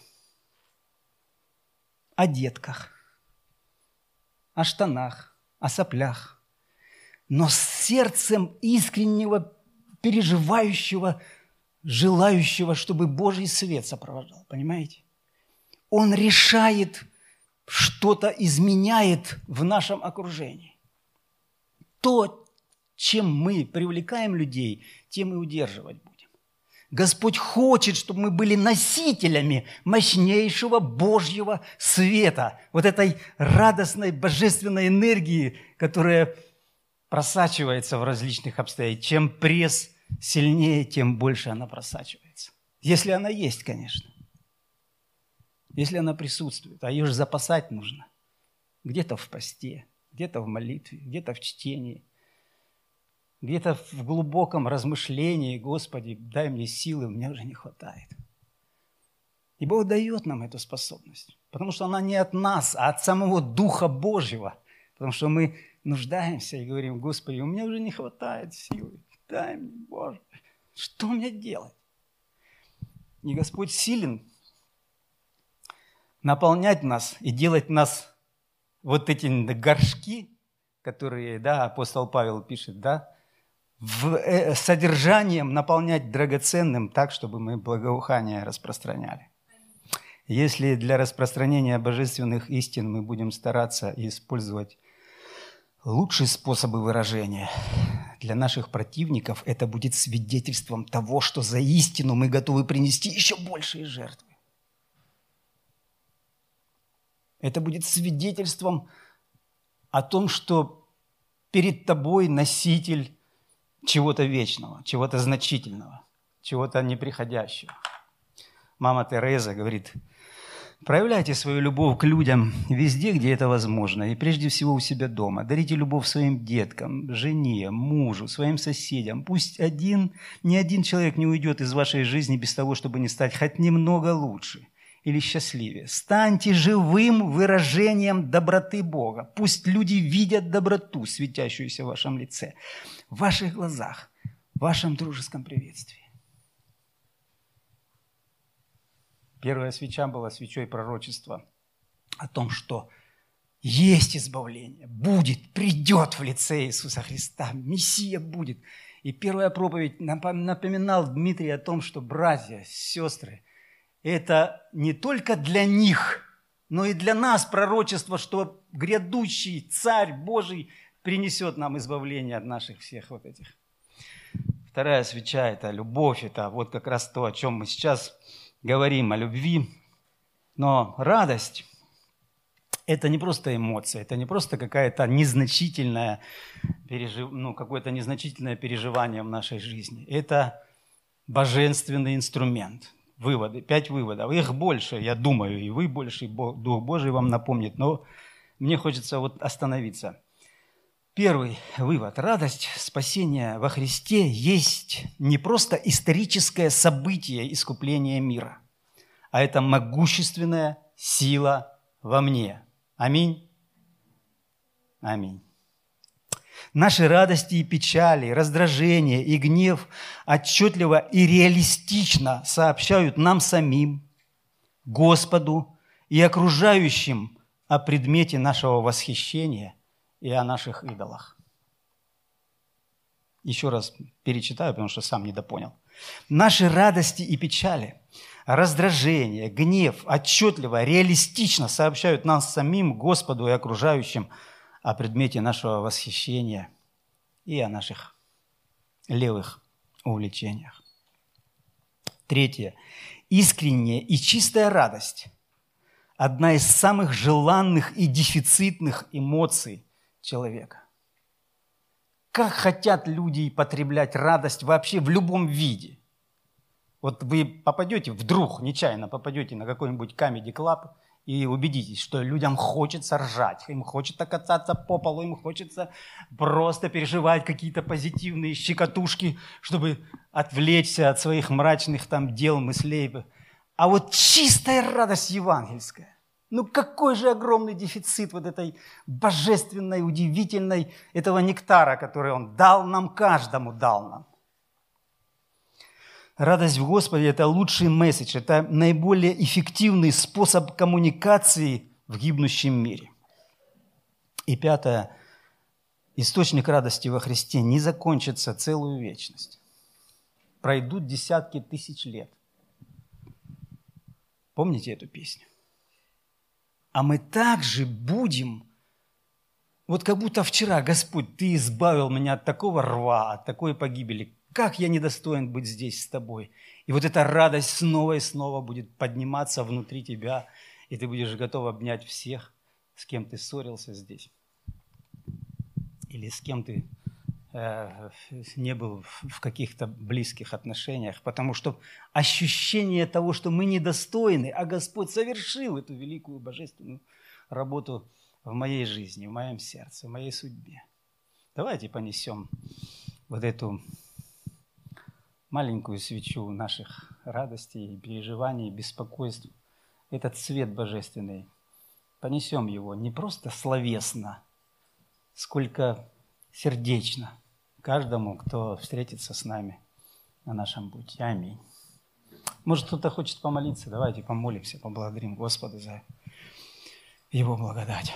Speaker 2: О детках, о штанах, о соплях, но с сердцем искреннего, переживающего, желающего, чтобы Божий свет сопровождал, понимаете? Он решает, что-то изменяет в нашем окружении. То, чем мы привлекаем людей, тем и удерживать будем. Господь хочет, чтобы мы были носителями мощнейшего Божьего света, вот этой радостной божественной энергии, которая просачивается в различных обстоятельствах. Чем пресс сильнее, тем больше она просачивается. Если она есть, конечно. Если она присутствует, а ее же запасать нужно. Где-то в посте, где-то в молитве, где-то в чтении. Где-то в глубоком размышлении, Господи, дай мне силы, мне уже не хватает. И Бог дает нам эту способность, потому что она не от нас, а от самого Духа Божьего. Потому что мы нуждаемся и говорим, Господи, у меня уже не хватает силы, дай мне, Боже, что мне делать? И Господь силен наполнять нас и делать нас вот эти горшки, которые, да, апостол Павел пишет, да, в, э, содержанием наполнять драгоценным так, чтобы мы благоухание распространяли. Если для распространения божественных истин мы будем стараться использовать лучшие способы выражения, для наших противников это будет свидетельством того, что за истину мы готовы принести еще большие жертвы. Это будет свидетельством о том, что перед тобой носитель чего-то вечного, чего-то значительного, чего-то неприходящего. Мама Тереза говорит: проявляйте свою любовь к людям везде, где это возможно, и прежде всего у себя дома. Дарите любовь своим деткам, жене, мужу, своим соседям. Пусть один, ни один человек не уйдет из вашей жизни без того, чтобы не стать хоть немного лучше или счастливее. Станьте живым выражением доброты Бога. Пусть люди видят доброту, светящуюся в вашем лице, в ваших глазах, в вашем дружеском приветствии. Первая свеча была свечой пророчества о том, что есть избавление, будет, придет в лице Иисуса Христа, Мессия будет. И первая проповедь напоминал Дмитрий о том, что братья, сестры, это не только для них, но и для нас пророчество, что грядущий Царь Божий принесет нам избавление от наших всех вот этих. Вторая свеча – это любовь, это вот как раз то, о чем мы сейчас говорим, о любви. Но радость – это не просто эмоция, это не просто какая-то незначительная, пережив... ну, какое-то незначительное переживание в нашей жизни. Это божественный инструмент. Выводы, пять выводов. Их больше, я думаю, и вы больше, и Дух Божий вам напомнит, но мне хочется вот остановиться. Первый вывод. Радость спасения во Христе есть не просто историческое событие искупления мира, а это могущественная сила во мне. Аминь. Аминь. Наши радости и печали, раздражение и гнев отчетливо и реалистично сообщают нам самим, Господу и окружающим о предмете нашего восхищения и о наших идолах. Еще раз перечитаю, потому что сам недопонял. Наши радости и печали, раздражение, гнев отчетливо, реалистично сообщают нам самим, Господу и окружающим о предмете нашего восхищения и о наших левых увлечениях. Третье. Искренняя и чистая радость – одна из самых желанных и дефицитных эмоций человека. Как хотят люди потреблять радость вообще в любом виде. Вот вы попадете, вдруг нечаянно попадете на какой-нибудь Comedy Club и убедитесь, что людям хочется ржать, им хочется кататься по полу, им хочется просто переживать какие-то позитивные щекотушки, чтобы отвлечься от своих мрачных там дел, мыслей. А вот чистая радость евангельская, ну какой же огромный дефицит вот этой божественной, удивительной, этого нектара, который Он дал нам, каждому дал нам. Радость в Господе – это лучший месседж, это наиболее эффективный способ коммуникации в гибнущем мире. И пятое. Источник радости во Христе не закончится целую вечность. Пройдут десятки тысяч лет. Помните эту песню? А мы также будем, вот как будто вчера, Господь, Ты избавил меня от такого рва, от такой погибели. Как я недостоин быть здесь с тобой. И вот эта радость снова и снова будет подниматься внутри тебя, и ты будешь готов обнять всех, с кем ты ссорился здесь. Или с кем ты э, не был в каких-то близких отношениях. Потому что ощущение того, что мы недостойны, а Господь совершил эту великую божественную работу в моей жизни, в моем сердце, в моей судьбе. Давайте понесем вот эту маленькую свечу наших радостей, переживаний, беспокойств, этот свет божественный, понесем его не просто словесно, сколько сердечно каждому, кто встретится с нами на нашем пути. Аминь. Может, кто-то хочет помолиться? Давайте помолимся, поблагодарим Господа за Его благодать.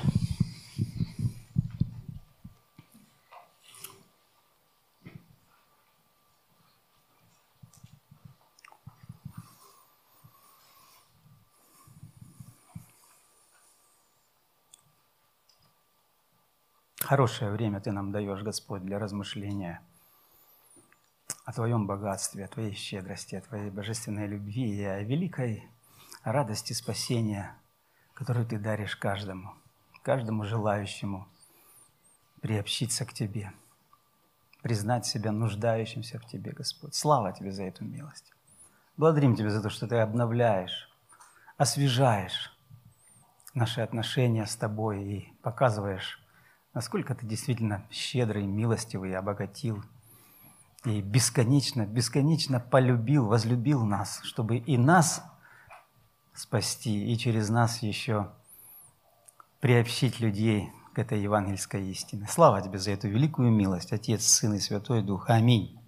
Speaker 2: Хорошее время Ты нам даешь, Господь, для размышления о Твоем богатстве, о Твоей щедрости, о Твоей божественной любви и о великой радости спасения, которую Ты даришь каждому, каждому желающему приобщиться к Тебе, признать себя нуждающимся в Тебе, Господь. Слава Тебе за эту милость. Благодарим Тебя за то, что Ты обновляешь, освежаешь наши отношения с Тобой и показываешь, насколько Ты действительно щедрый, милостивый, обогатил и бесконечно, бесконечно полюбил, возлюбил нас, чтобы и нас спасти, и через нас еще приобщить людей к этой евангельской истине. Слава Тебе за эту великую милость, Отец, Сын и Святой Дух. Аминь.